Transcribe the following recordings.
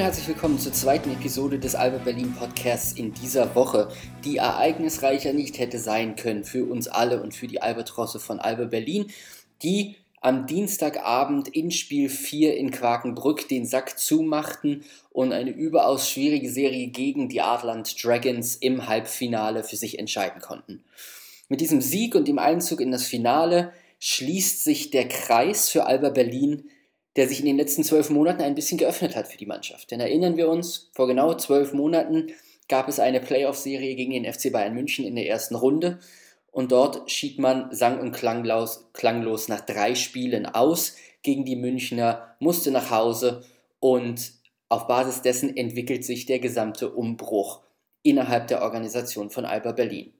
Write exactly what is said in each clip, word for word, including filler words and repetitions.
herzlich willkommen zur zweiten Episode des Alba Berlin Podcasts in dieser Woche, die ereignisreicher nicht hätte sein können für uns alle und für die Albatrosse von Alba Berlin, die am Dienstagabend in Spiel vier in Quakenbrück den Sack zumachten und eine überaus schwierige Serie gegen die Adland Dragons im Halbfinale für sich entscheiden konnten. Mit diesem Sieg und dem Einzug in das Finale schließt sich der Kreis für Alba Berlin, der sich in den letzten zwölf Monaten ein bisschen geöffnet hat für die Mannschaft. Denn erinnern wir uns, vor genau zwölf Monaten gab es eine Playoff-Serie gegen den F C Bayern München in der ersten Runde und dort schied man sang- und klanglos, klanglos nach drei Spielen aus gegen die Münchner, musste nach Hause und auf Basis dessen entwickelt sich der gesamte Umbruch innerhalb der Organisation von Alba Berlin.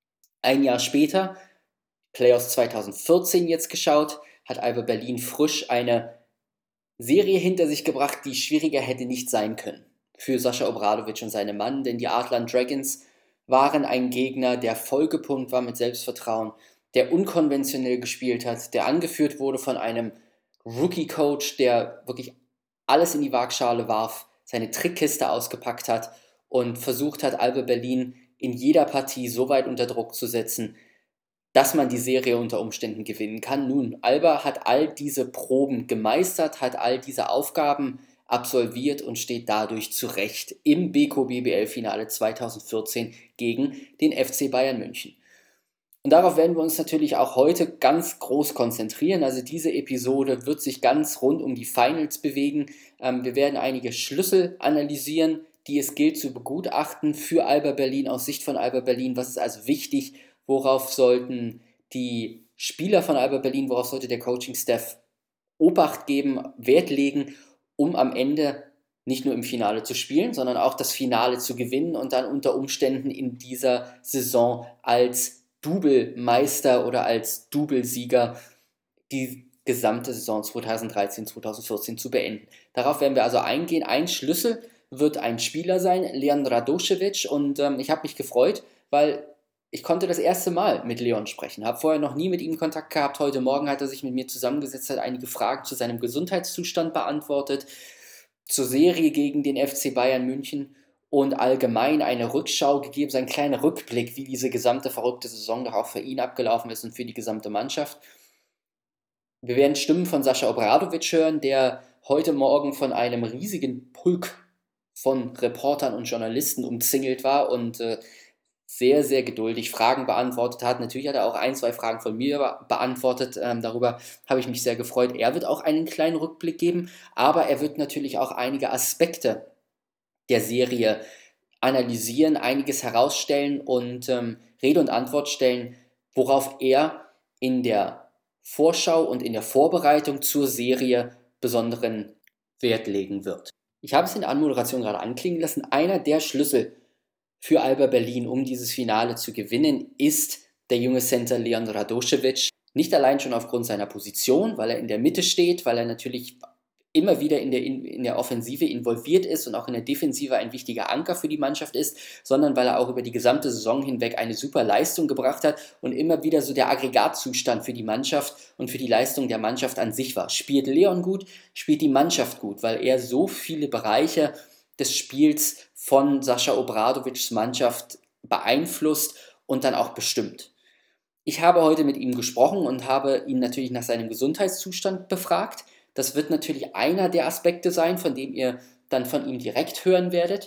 Ein Jahr später, Playoffs zwanzig vierzehn jetzt geschaut, hat Alba Berlin frisch eine Serie hinter sich gebracht, die schwieriger hätte nicht sein können für Sascha Obradovic und seine Mann, denn die Adland Dragons waren ein Gegner, der vollgepumpt war mit Selbstvertrauen, der unkonventionell gespielt hat, der angeführt wurde von einem Rookie-Coach, der wirklich alles in die Waagschale warf, seine Trickkiste ausgepackt hat und versucht hat, Alba Berlin in jeder Partie so weit unter Druck zu setzen, dass man die Serie unter Umständen gewinnen kann. Nun, Alba hat all diese Proben gemeistert, hat all diese Aufgaben absolviert und steht dadurch zurecht im B K B B L-Finale zwanzig vierzehn gegen den F C Bayern München. Und darauf werden wir uns natürlich auch heute ganz groß konzentrieren. Also diese Episode wird sich ganz rund um die Finals bewegen. Ähm, wir werden einige Schlüssel analysieren, die es gilt zu begutachten für Alba Berlin, aus Sicht von Alba Berlin. Was ist also wichtig? Worauf sollten die Spieler von Alba Berlin, worauf sollte der Coaching-Staff Obacht geben, Wert legen, um am Ende nicht nur im Finale zu spielen, sondern auch das Finale zu gewinnen und dann unter Umständen in dieser Saison als Double-Meister oder als Double-Sieger die gesamte Saison zwanzig dreizehn zwanzig vierzehn zu beenden. Darauf werden wir also eingehen. Ein Schlüssel wird ein Spieler sein, Leon Radošević, und ähm, ich habe mich gefreut, weil ich konnte das erste Mal mit Leon sprechen, habe vorher noch nie mit ihm Kontakt gehabt. Heute Morgen hat er sich mit mir zusammengesetzt, hat einige Fragen zu seinem Gesundheitszustand beantwortet, zur Serie gegen den F C Bayern München und allgemein eine Rückschau gegeben, so ein kleiner Rückblick, wie diese gesamte verrückte Saison doch auch für ihn abgelaufen ist und für die gesamte Mannschaft. Wir werden Stimmen von Sascha Obradovic hören, der heute Morgen von einem riesigen Pulk von Reportern und Journalisten umzingelt war und äh, sehr, sehr geduldig Fragen beantwortet hat. Natürlich hat er auch ein, zwei Fragen von mir be- beantwortet. Ähm, darüber habe ich mich sehr gefreut. Er wird auch einen kleinen Rückblick geben, aber er wird natürlich auch einige Aspekte der Serie analysieren, einiges herausstellen und ähm, Rede und Antwort stellen, worauf er in der Vorschau und in der Vorbereitung zur Serie besonderen Wert legen wird. Ich habe es in der Anmoderation gerade anklingen lassen. Einer der Schlüssel für Alba Berlin, um dieses Finale zu gewinnen, ist der junge Center Leon Radošević. Nicht allein schon aufgrund seiner Position, weil er in der Mitte steht, weil er natürlich immer wieder in der, in, in der Offensive involviert ist und auch in der Defensive ein wichtiger Anker für die Mannschaft ist, sondern weil er auch über die gesamte Saison hinweg eine super Leistung gebracht hat und immer wieder so der Aggregatzustand für die Mannschaft und für die Leistung der Mannschaft an sich war. Spielt Leon gut, spielt die Mannschaft gut, weil er so viele Bereiche des Spiels von Sascha Obradovics Mannschaft beeinflusst und dann auch bestimmt. Ich habe heute mit ihm gesprochen und habe ihn natürlich nach seinem Gesundheitszustand befragt. Das wird natürlich einer der Aspekte sein, von dem ihr dann von ihm direkt hören werdet.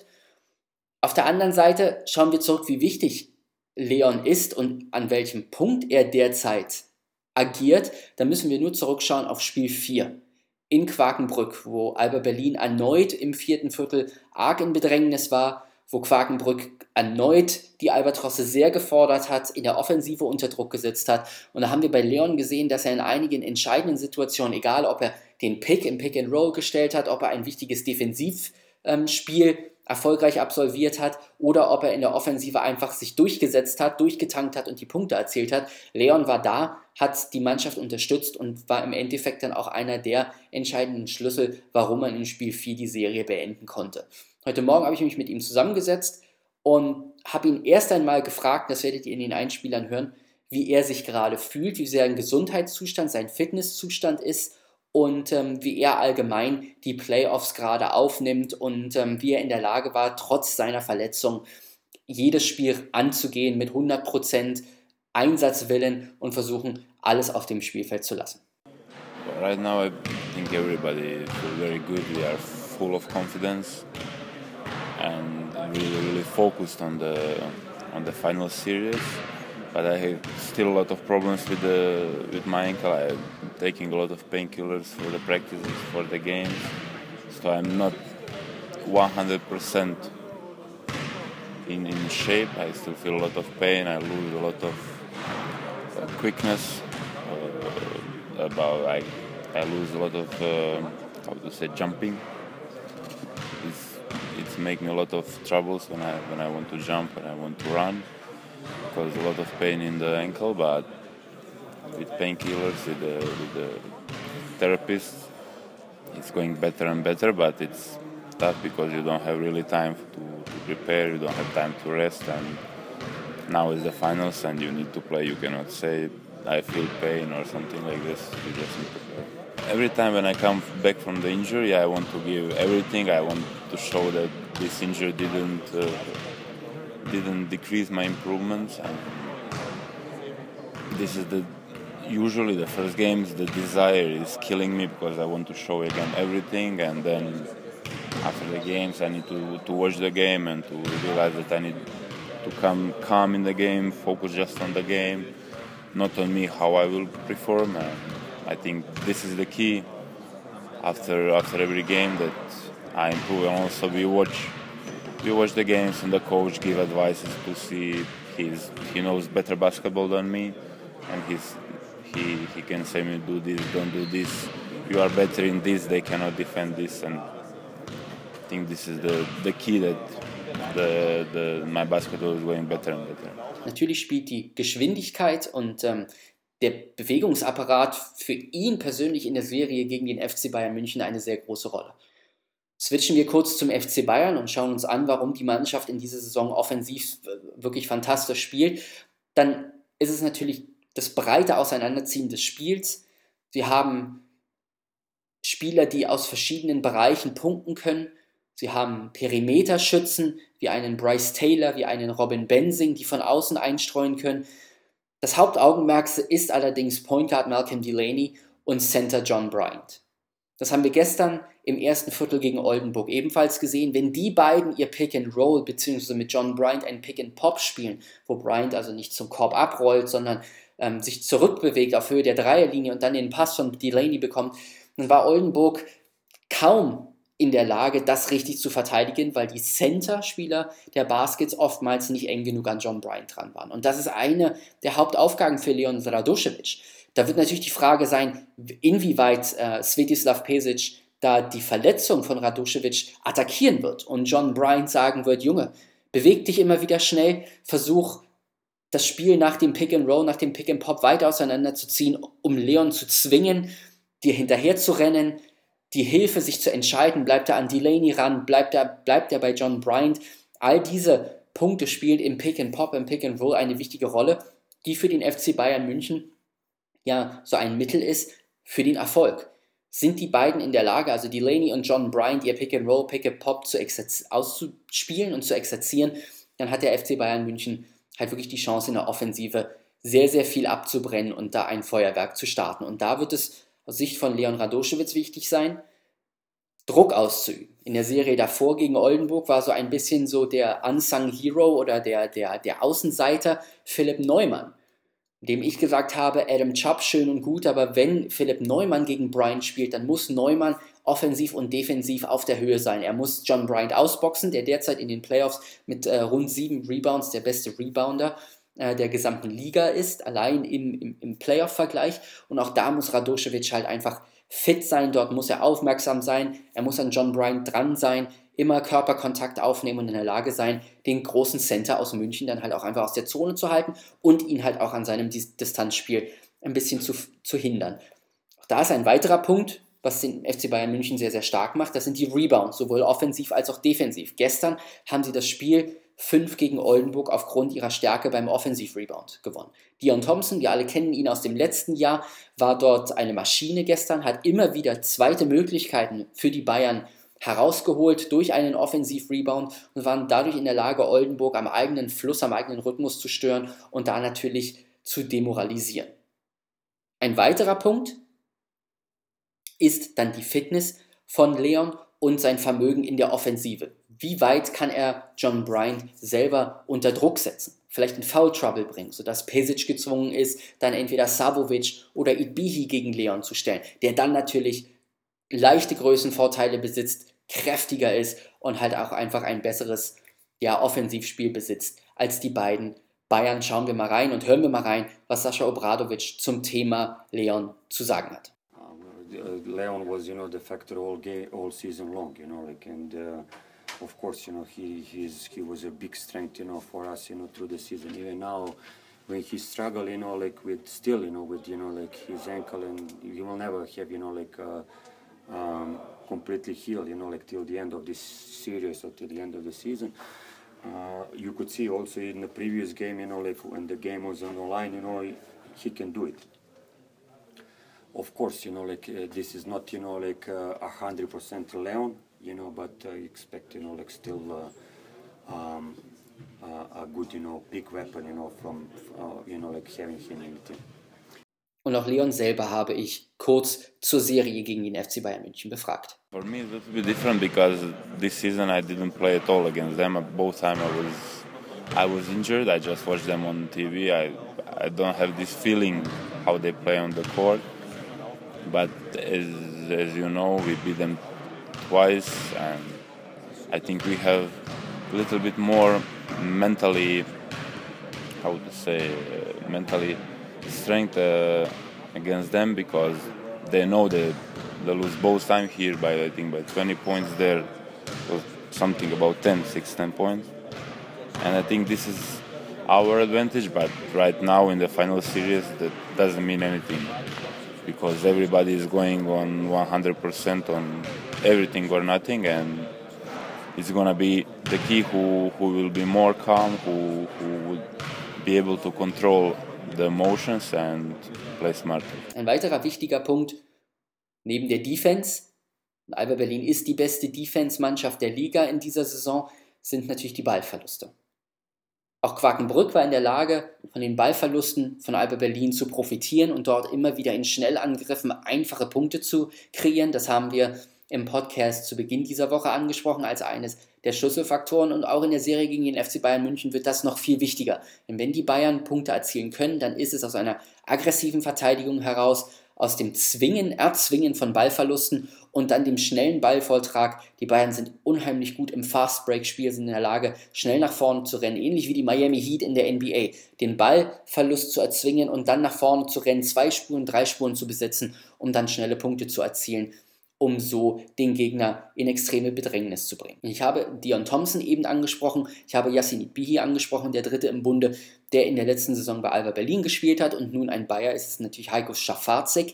Auf der anderen Seite schauen wir zurück, wie wichtig Leon ist und an welchem Punkt er derzeit agiert. Da müssen wir nur zurückschauen auf Spiel vier in Quakenbrück, wo Alba Berlin erneut im vierten Viertel arg in Bedrängnis war, wo Quakenbrück erneut die Albatrosse sehr gefordert hat, in der Offensive unter Druck gesetzt hat. Und da haben wir bei Leon gesehen, dass er in einigen entscheidenden Situationen, egal ob er den Pick im Pick and Roll gestellt hat, ob er ein wichtiges Defensivspiel erfolgreich absolviert hat oder ob er in der Offensive einfach sich durchgesetzt hat, durchgetankt hat und die Punkte erzielt hat. Leon war da, hat die Mannschaft unterstützt und war im Endeffekt dann auch einer der entscheidenden Schlüssel, warum man in Spiel vier die Serie beenden konnte. Heute Morgen habe ich mich mit ihm zusammengesetzt und habe ihn erst einmal gefragt, das werdet ihr in den Einspielern hören, wie er sich gerade fühlt, wie sein Gesundheitszustand, sein Fitnesszustand ist und ähm, wie er allgemein die Playoffs gerade aufnimmt und ähm, wie er in der Lage war, trotz seiner Verletzung jedes Spiel anzugehen mit hundert Prozent Einsatzwillen und versuchen, alles auf dem Spielfeld zu lassen. Right now I think everybody feels very good. We are full of confidence and really, really focused on the on the final series. But I have still a lot of problems with the with my ankle. I'm taking a lot of painkillers for the practices, for the games. So I'm not one hundred percent in, in shape. I still feel a lot of pain. I lose a lot of uh, quickness. Uh, about I, I lose a lot of uh, how to say jumping. It's it's making a lot of troubles when I when I want to jump and I want to run. Cause a lot of pain in the ankle, but with painkillers, with the, with the therapist, it's going better and better. But it's tough because you don't have really time to, to prepare. You don't have time to rest, and now is the finals, and you need to play. You cannot say I feel pain or something like this. You just need to play. Every time when I come back from the injury, I want to give everything. I want to show that this injury didn't. Uh, didn't decrease my improvements, and this is the usually the first games the desire is killing me because I want to show again everything, and then after the games I need to, to watch the game and to realize that I need to come calm in the game, focus just on the game, not on me how I will perform. And I think this is the key after after every game that I improve, and also we watch We watch the games and the coach give advices to see he's he knows better basketball than me, and he's he he can say me do this, don't do this. You are better in this. They cannot defend this, and I think this is the the key that the the my basketball is going better and better. Natürlich spielt die Geschwindigkeit und ähm, der Bewegungsapparat für ihn persönlich in der Serie gegen den F C Bayern München eine sehr große Rolle. Switchen wir kurz zum F C Bayern und schauen uns an, warum die Mannschaft in dieser Saison offensiv wirklich fantastisch spielt. Dann ist es natürlich das breite Auseinanderziehen des Spiels. Sie haben Spieler, die aus verschiedenen Bereichen punkten können. Sie haben Perimeterschützen, wie einen Bryce Taylor, wie einen Robin Benzing, die von außen einstreuen können. Das Hauptaugenmerk ist allerdings Point Guard Malcolm Delaney und Center John Bryant. Das haben wir gestern im ersten Viertel gegen Oldenburg ebenfalls gesehen. Wenn die beiden ihr Pick and Roll bzw. mit John Bryant ein Pick and Pop spielen, wo Bryant also nicht zum Korb abrollt, sondern ähm, sich zurückbewegt auf Höhe der Dreierlinie und dann den Pass von Delaney bekommt, dann war Oldenburg kaum in der Lage, das richtig zu verteidigen, weil die Center-Spieler der Baskets oftmals nicht eng genug an John Bryant dran waren. Und das ist eine der Hauptaufgaben für Leon Radošević. Da wird natürlich die Frage sein, inwieweit äh, Svetislav Pešić da die Verletzung von Radošević attackieren wird und John Bryant sagen wird, Junge, beweg dich immer wieder schnell, versuch das Spiel nach dem Pick and Roll, nach dem Pick and Pop weiter auseinanderzuziehen, um Leon zu zwingen, dir hinterher zu rennen, die Hilfe, sich zu entscheiden, bleibt er an Delaney ran, bleibt er, bleibt er bei John Bryant. All diese Punkte spielen im Pick and Pop, im Pick and Roll eine wichtige Rolle, die für den F C Bayern München ja so ein Mittel ist für den Erfolg. Sind die beiden in der Lage, also Delaney und John Bryant, ihr Pick and Roll, Pick and Pop zu auszuspielen und zu exerzieren, dann hat der F C Bayern München halt wirklich die Chance in der Offensive sehr, sehr viel abzubrennen und da ein Feuerwerk zu starten. Und da wird es aus Sicht von Leon Radošević wichtig sein, Druck auszuüben. In der Serie davor gegen Oldenburg war so ein bisschen so der Unsung Hero oder der, der, der Außenseiter Philipp Neumann, dem ich gesagt habe, Adam Chubb schön und gut, aber wenn Philipp Neumann gegen Bryant spielt, dann muss Neumann offensiv und defensiv auf der Höhe sein. Er muss John Bryant ausboxen, der derzeit in den Playoffs mit äh, rund sieben Rebounds der beste Rebounder äh, der gesamten Liga ist, allein im, im, im Playoff-Vergleich. Und auch da muss Radošević halt einfach fit sein, dort muss er aufmerksam sein, er muss an John Bryant dran sein, immer Körperkontakt aufnehmen und in der Lage sein, den großen Center aus München dann halt auch einfach aus der Zone zu halten und ihn halt auch an seinem Distanzspiel ein bisschen zu, zu hindern. Auch da ist ein weiterer Punkt, was den F C Bayern München sehr, sehr stark macht, das sind die Rebounds, sowohl offensiv als auch defensiv. Gestern haben sie das Spiel fünf gegen Oldenburg aufgrund ihrer Stärke beim Offensiv-Rebound gewonnen. Dion Thompson, wir alle kennen ihn aus dem letzten Jahr, war dort eine Maschine gestern, hat immer wieder zweite Möglichkeiten für die Bayern herausgeholt durch einen Offensiv-Rebound und waren dadurch in der Lage, Oldenburg am eigenen Fluss, am eigenen Rhythmus zu stören und da natürlich zu demoralisieren. Ein weiterer Punkt ist dann die Fitness von Leon und sein Vermögen in der Offensive. Wie weit kann er John Bryant selber unter Druck setzen? Vielleicht in Foul Trouble bringen, sodass Pešić gezwungen ist, dann entweder Savovic oder Idbihi gegen Leon zu stellen, der dann natürlich leichte Größenvorteile besitzt, kräftiger ist und halt auch einfach ein besseres ja, Offensivspiel besitzt als die beiden Bayern. Schauen wir mal rein und hören wir mal rein, was Sascha Obradovic zum Thema Leon zu sagen hat. Uh, Leon was, you know, the factor all game, all season long, you know, like, and uh, of course, you know, he he's, he was a big strength, you know, for us, you know, through the season. Even now, when he struggled, you know, like with still, you know, with you know, like his ankle, and he will never have, you know, like uh, um, completely healed, you know, like till the end of this series or till the end of the season. Uh, you could see also in the previous game, you know, like when the game was on the line, you know, he, he can do it. Of course, you know, like uh, this is not, you know, like a uh, hundred percent Leon, you know, but I uh, expect, you know, like still uh, um, uh, a good, you know, big weapon, you know, from, uh, you know, like having him in the team. Und auch Leon selber habe ich kurz zur Serie gegen den F C Bayern München befragt. For me, it's a little bit different because this season I didn't play at all against them. Both times I was, I was injured. I just watched them on T V. I, I don't have this feeling how they play on the court. But as, as you know, we beat them twice, and I think we have a little bit more mentally, how to say, uh, mentally strength uh, against them because they know that they lose both time here by, I think, by twenty points there, was something about ten, six, ten points. And I think this is our advantage, but right now in the final series, that doesn't mean anything. Because everybody is going on one hundred percent on everything or nothing, and it's going to be the key who, who will be more calm, who, who would be able to control the emotions and play smarter. Ein weiterer wichtiger Punkt neben der Defense, Alba Berlin ist die beste Defense-Mannschaft der Liga in dieser Saison, sind natürlich die Ballverluste. Auch Quakenbrück war in der Lage, von den Ballverlusten von Alba Berlin zu profitieren und dort immer wieder in Schnellangriffen einfache Punkte zu kreieren. Das haben wir im Podcast zu Beginn dieser Woche angesprochen als eines der Schlüsselfaktoren. Und auch in der Serie gegen den F C Bayern München wird das noch viel wichtiger. Denn wenn die Bayern Punkte erzielen können, dann ist es aus einer aggressiven Verteidigung heraus, aus dem Zwingen, Erzwingen von Ballverlusten und dann dem schnellen Ballvortrag. Die Bayern sind unheimlich gut im Fast-Break-Spiel, sind in der Lage, schnell nach vorne zu rennen, ähnlich wie die Miami Heat in der N B A. Den Ballverlust zu erzwingen und dann nach vorne zu rennen, zwei Spuren, drei Spuren zu besetzen, um dann schnelle Punkte zu erzielen, um so den Gegner in extreme Bedrängnis zu bringen. Ich habe Dion Thompson eben angesprochen, ich habe Yassin Idbihi angesprochen, der Dritte im Bunde, der in der letzten Saison bei Alba Berlin gespielt hat, und nun ein Bayer ist es natürlich Heiko Schafarzek.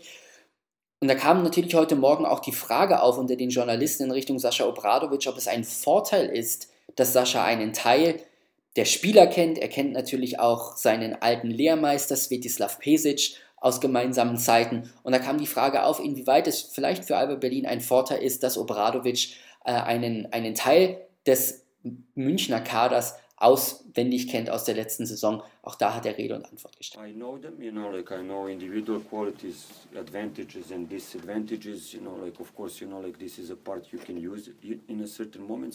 Und da kam natürlich heute Morgen auch die Frage auf unter den Journalisten in Richtung Sascha Obradovic, ob es ein Vorteil ist, dass Sascha einen Teil der Spieler kennt. Er kennt natürlich auch seinen alten Lehrmeister Svetislav Pešić aus gemeinsamen Zeiten. Und da kam die Frage auf, inwieweit es vielleicht für Alba Berlin ein Vorteil ist, dass Obradovic äh, einen, einen Teil des Münchner Kaders auswendig kennt aus der letzten Saison. Auch da hat er Rede und Antwort gestellt. I know them, you know, like I know individual qualities, advantages and disadvantages, you know, like of course, you know, like this is a part you can use in a certain moments.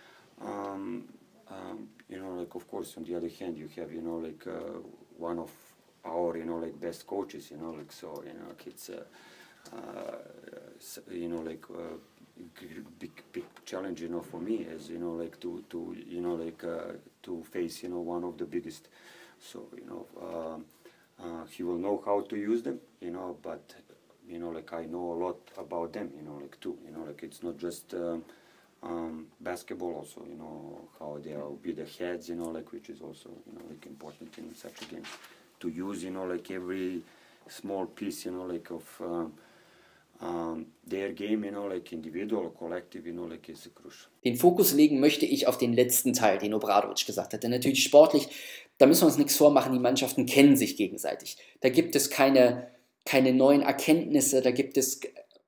Um, um, you know, like of course, on the other hand, you have, you know, like uh, one of our, you know, like best coaches, you know, like so, you know, like it's, uh, uh, you know, like uh, big, big challenge, you know, for me is, you know, like to, to, you know, like uh, to face, you know, one of the biggest. So, you know, uh, uh, he will know how to use them, you know, but, you know, like I know a lot about them, you know, like too, you know, like it's not just um, um, basketball also, you know, how they are with the heads, you know, like which is also, you know, like important in such a game. To use, you know, like every small piece, you know, like of, um, um, their game, you know, like individual or collective, you know, like is crucial. Den Fokus legen möchte ich auf den letzten Teil, den Obradovic gesagt hat. Denn natürlich sportlich, da müssen wir uns nichts vormachen, die Mannschaften kennen sich gegenseitig. Da gibt es keine, keine neuen Erkenntnisse, da gibt es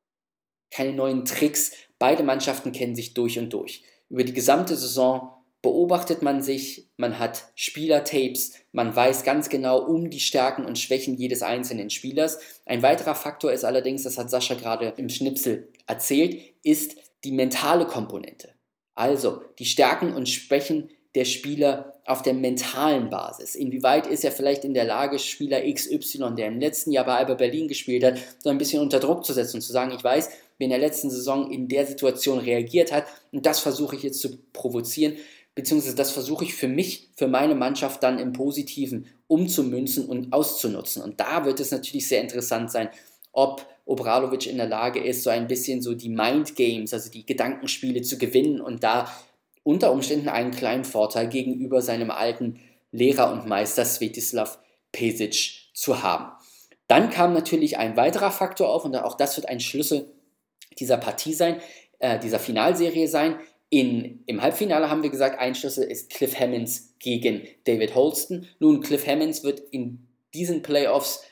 keine neuen Tricks. Beide Mannschaften kennen sich durch und durch. Über die gesamte Saison beobachtet man sich, man hat Spielertapes, man weiß ganz genau um die Stärken und Schwächen jedes einzelnen Spielers. Ein weiterer Faktor ist allerdings, das hat Sascha gerade im Schnipsel erzählt, ist die mentale Komponente. Also die Stärken und Schwächen der Spieler auf der mentalen Basis. Inwieweit ist er vielleicht in der Lage, Spieler X Y, der im letzten Jahr bei Alba Berlin gespielt hat, so ein bisschen unter Druck zu setzen und zu sagen, ich weiß, wer in der letzten Saison in der Situation reagiert hat und das versuche ich jetzt zu provozieren, beziehungsweise das versuche ich für mich, für meine Mannschaft dann im Positiven umzumünzen und auszunutzen. Und da wird es natürlich sehr interessant sein, ob Obradovic in der Lage ist, so ein bisschen so die Mind Games, also die Gedankenspiele zu gewinnen und da unter Umständen einen kleinen Vorteil gegenüber seinem alten Lehrer und Meister Svetislav Pešić zu haben. Dann kam natürlich ein weiterer Faktor auf und auch das wird ein Schlüssel dieser Partie sein, äh, dieser Finalserie sein. In, Im Halbfinale haben wir gesagt, ein Schlüssel ist Cliff Hammonds gegen David Holston. Nun, Cliff Hammonds wird in diesen Playoffs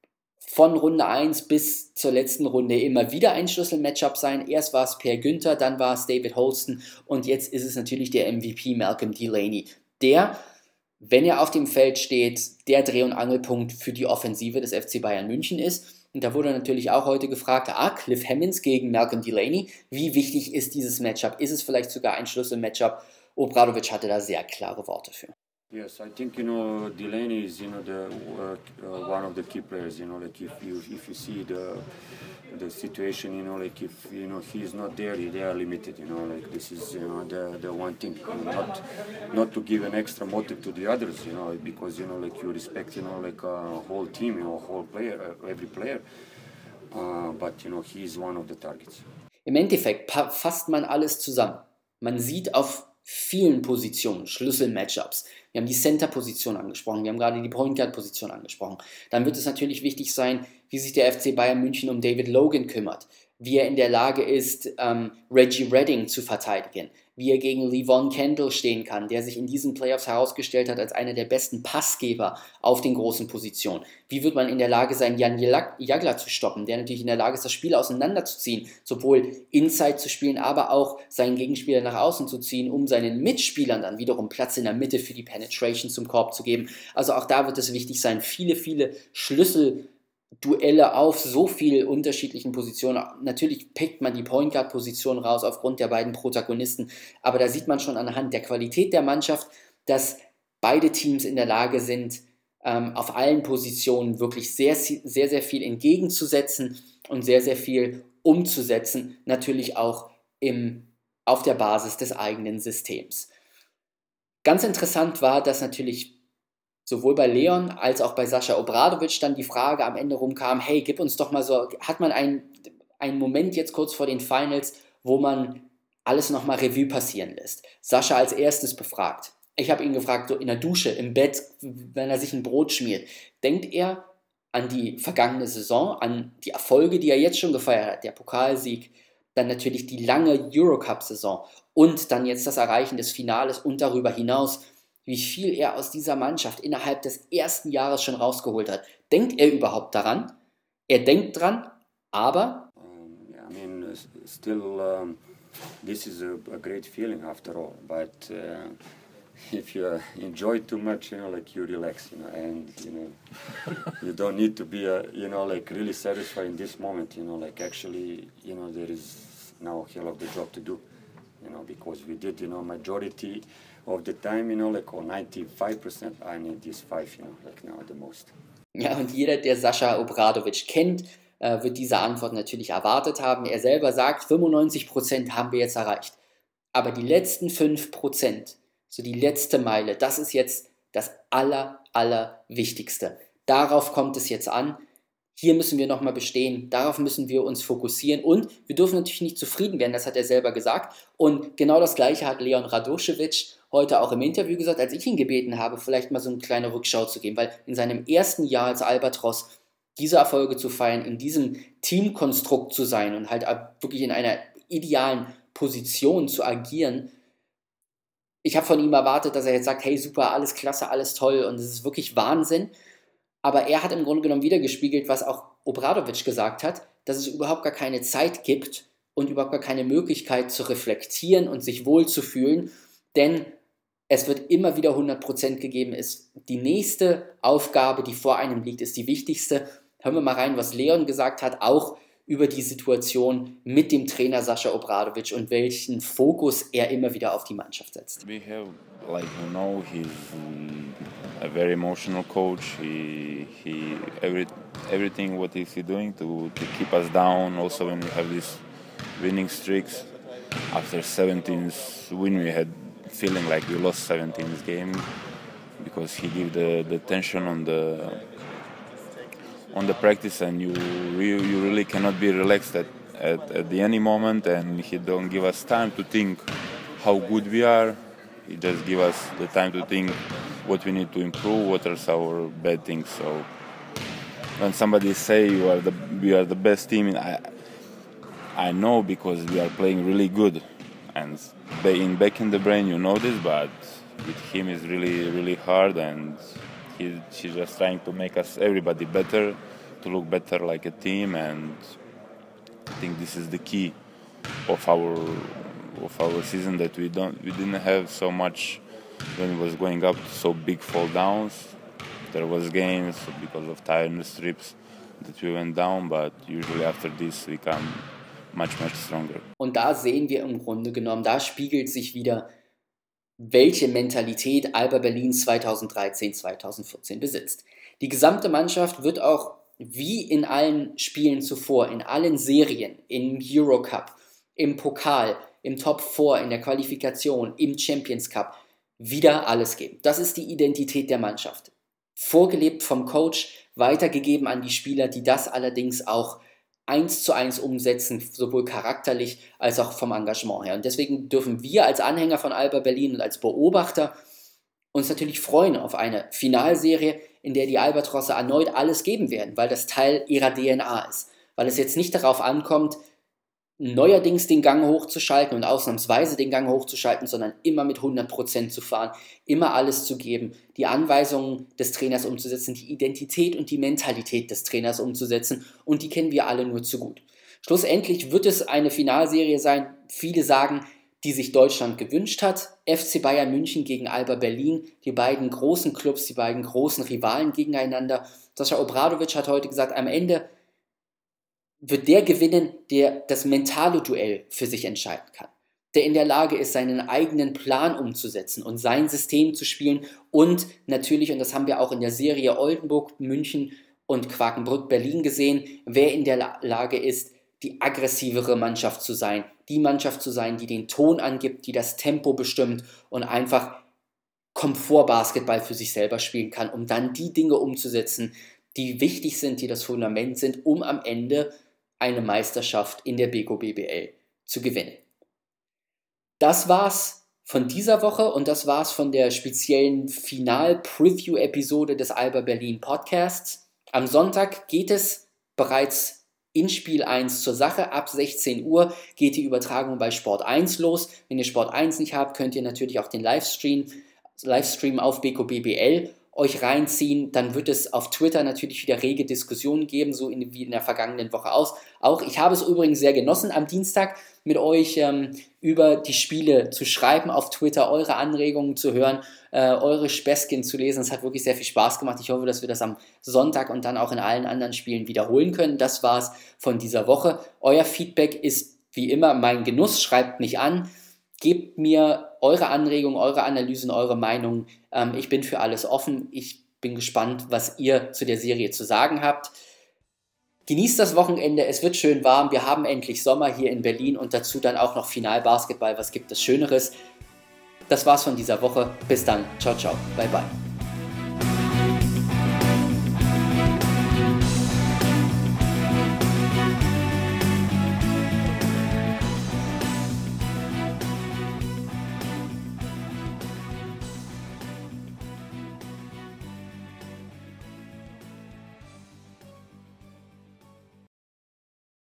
von Runde eins bis zur letzten Runde immer wieder ein Schlüssel-Matchup sein. Erst war es Per Günther, dann war es David Holston und jetzt ist es natürlich der M V P Malcolm Delaney, der, wenn er auf dem Feld steht, der Dreh- und Angelpunkt für die Offensive des F C Bayern München ist. Und da wurde natürlich auch heute gefragt, ah, Cliff Hammonds gegen Malcolm Delaney, wie wichtig ist dieses Matchup? Ist es vielleicht sogar ein Schlüssel-Matchup? Obradovic hatte da sehr klare Worte für. Yes, I think, you know, Delaney is, you know, the uh, uh, one of the key players, you know, like if you if you see the the situation, you know, like if, you know, he is not there, they are limited, you know, like this is, you know, the the one thing, not not to give an extra motive to the others, you know, because, you know, like you respect, you know, like a whole team, you know, whole player, uh, every player, uh, but, you know, he is one of the targets. Im Endeffekt fasst man alles zusammen. Man sieht auf vielen Positionen Schlüssel-Matchups. Wir haben die Center-Position angesprochen, wir haben gerade die Point Guard-Position angesprochen. Dann wird es natürlich wichtig sein, wie sich der F C Bayern München um David Logan kümmert, wie er in der Lage ist, ähm, Reggie Redding zu verteidigen, wie er gegen Levon Kendall stehen kann, der sich in diesen Playoffs herausgestellt hat als einer der besten Passgeber auf den großen Positionen. Wie wird man in der Lage sein, Jan Jagla zu stoppen, der natürlich in der Lage ist, das Spiel auseinanderzuziehen, sowohl Inside zu spielen, aber auch seinen Gegenspieler nach außen zu ziehen, um seinen Mitspielern dann wiederum Platz in der Mitte für die Penetration zum Korb zu geben. Also auch da wird es wichtig sein, viele, viele Schlüssel Duelle auf so vielen unterschiedlichen Positionen. Natürlich pickt man die Point Guard Position raus aufgrund der beiden Protagonisten, aber da sieht man schon anhand der Qualität der Mannschaft, dass beide Teams in der Lage sind, ähm, auf allen Positionen wirklich sehr, sehr, sehr viel entgegenzusetzen und sehr, sehr viel umzusetzen, natürlich auch im, auf der Basis des eigenen Systems. Ganz interessant war, dass natürlich sowohl bei Leon als auch bei Sascha Obradovic dann die Frage am Ende rumkam, hey, gib uns doch mal so, hat man einen, einen Moment jetzt kurz vor den Finals, wo man alles nochmal Revue passieren lässt. Sascha als erstes befragt. Ich habe ihn gefragt, so in der Dusche, im Bett, wenn er sich ein Brot schmiert. Denkt er an die vergangene Saison, an die Erfolge, die er jetzt schon gefeiert hat, der Pokalsieg, dann natürlich die lange Eurocup-Saison und dann jetzt das Erreichen des Finales und darüber hinaus, wie viel er aus dieser Mannschaft innerhalb des ersten Jahres schon rausgeholt hat. Denkt er überhaupt daran? Er denkt dran, aber... Um, yeah, I mean, uh, still, um, this is a, a great feeling after all, but uh, if you enjoy too much, you know, like you relax, you know, and, you know, you don't need to be, uh, you know, like really satisfied in this moment, you know, like actually, you know, there is now a hell of the job to do, you know, because we did, you know, majority of the time, you know, like or ninety-five percent, I need these five, you know, like now the most. Ja, und jeder, der Sascha Obradovic kennt, äh, wird diese Antwort natürlich erwartet haben. Er selber sagt, fünfundneunzig Prozent haben wir jetzt erreicht. Aber die letzten fünf Prozent, so die letzte Meile, das ist jetzt das aller, aller Wichtigste. Darauf kommt es jetzt an. Hier müssen wir nochmal bestehen, darauf müssen wir uns fokussieren und wir dürfen natürlich nicht zufrieden werden, das hat er selber gesagt. Und genau das Gleiche hat Leon Radošević heute auch im Interview gesagt, als ich ihn gebeten habe, vielleicht mal so eine kleine Rückschau zu geben, weil in seinem ersten Jahr als Albatros diese Erfolge zu feiern, in diesem Teamkonstrukt zu sein und halt wirklich in einer idealen Position zu agieren. Ich habe von ihm erwartet, dass er jetzt sagt, hey super, alles klasse, alles toll und es ist wirklich Wahnsinn. Aber er hat im Grunde genommen wiedergespiegelt, was auch Obradovic gesagt hat, dass es überhaupt gar keine Zeit gibt und überhaupt gar keine Möglichkeit zu reflektieren und sich wohlzufühlen, denn es wird immer wieder hundert Prozent gegeben. Ist die nächste Aufgabe, die vor einem liegt, ist die wichtigste. Hören wir mal rein, was Leon gesagt hat, auch über die Situation mit dem Trainer Sascha Obradovic und welchen Fokus er immer wieder auf die Mannschaft setzt. We have, like you know, he's a very emotional coach. He he every everything what is he doing to to keep us down. Also when we have these winning streaks, after seventeenth win we had feeling like we lost seventeenth game because he gave the the tension on the on the practice, and you you, you really cannot be relaxed at, at, at the any moment, and he don't give us time to think how good we are. He just give us the time to think what we need to improve, what are our bad things. So when somebody say you are the we are the best team, I I know because we are playing really good, and in back in the brain you know this, but with him is really really hard, and he he's just trying to make us everybody better, to look better like a team, and I think this is the key of our of our season, that we don't we didn't have so much when it was going up, so big fall downs. There was games because of tiredness trips that we went down, but usually after this we come much much stronger. Und da sehen wir im Grunde genommen, da spiegelt sich wieder, welche Mentalität Alba Berlin zweitausenddreizehn zweitausendvierzehn besitzt. Die gesamte Mannschaft wird auch wie in allen Spielen zuvor, in allen Serien, im Eurocup, im Pokal, im Top vier, in der Qualifikation, im Champions Cup, wieder alles geben. Das ist die Identität der Mannschaft. Vorgelebt vom Coach, weitergegeben an die Spieler, die das allerdings auch eins zu eins umsetzen, sowohl charakterlich als auch vom Engagement her. Und deswegen dürfen wir als Anhänger von Alba Berlin und als Beobachter uns natürlich freuen auf eine Finalserie, in der die Albatrosse erneut alles geben werden, weil das Teil ihrer D N A ist. Weil es jetzt nicht darauf ankommt, neuerdings den Gang hochzuschalten und ausnahmsweise den Gang hochzuschalten, sondern immer mit hundert Prozent zu fahren, immer alles zu geben, die Anweisungen des Trainers umzusetzen, die Identität und die Mentalität des Trainers umzusetzen, und die kennen wir alle nur zu gut. Schlussendlich wird es eine Finalserie sein, viele sagen, die sich Deutschland gewünscht hat. F C Bayern München gegen Alba Berlin, die beiden großen Clubs, die beiden großen Rivalen gegeneinander. Sascha Obradovic hat heute gesagt, am Ende wird der gewinnen, der das mentale Duell für sich entscheiden kann, der in der Lage ist, seinen eigenen Plan umzusetzen und sein System zu spielen, und natürlich, und das haben wir auch in der Serie Oldenburg, München und Quakenbrück, Berlin gesehen, wer in der Lage ist, die aggressivere Mannschaft zu sein, die Mannschaft zu sein, die den Ton angibt, die das Tempo bestimmt und einfach Komfortbasketball für sich selber spielen kann, um dann die Dinge umzusetzen, die wichtig sind, die das Fundament sind, um am Ende eine Meisterschaft in der Beko B B L zu gewinnen. Das war's von dieser Woche und das war's von der speziellen Final-Preview-Episode des Alba Berlin Podcasts. Am Sonntag geht es bereits in Spiel eins zur Sache. Ab sechzehn Uhr geht die Übertragung bei Sport eins los. Wenn ihr Sport eins nicht habt, könnt ihr natürlich auch den Livestream, Livestream auf Beko B B L euch reinziehen. Dann wird es auf Twitter natürlich wieder rege Diskussionen geben, so in, wie in der vergangenen Woche aus. Auch ich habe es übrigens sehr genossen, am Dienstag mit euch ähm, über die Spiele zu schreiben auf Twitter, eure Anregungen zu hören, äh, eure Späßchen zu lesen. Es hat wirklich sehr viel Spaß gemacht. Ich hoffe, dass wir das am Sonntag und dann auch in allen anderen Spielen wiederholen können. Das war's von dieser Woche. Euer Feedback ist wie immer mein Genuss. Schreibt mich an. Gebt mir eure Anregungen, eure Analysen, eure Meinungen. Ähm, ich bin für alles offen. Ich bin gespannt, was ihr zu der Serie zu sagen habt. Genießt das Wochenende, es wird schön warm. Wir haben endlich Sommer hier in Berlin und dazu dann auch noch Finalbasketball. Was gibt es Schöneres? Das war's von dieser Woche. Bis dann. Ciao, ciao. Bye, bye.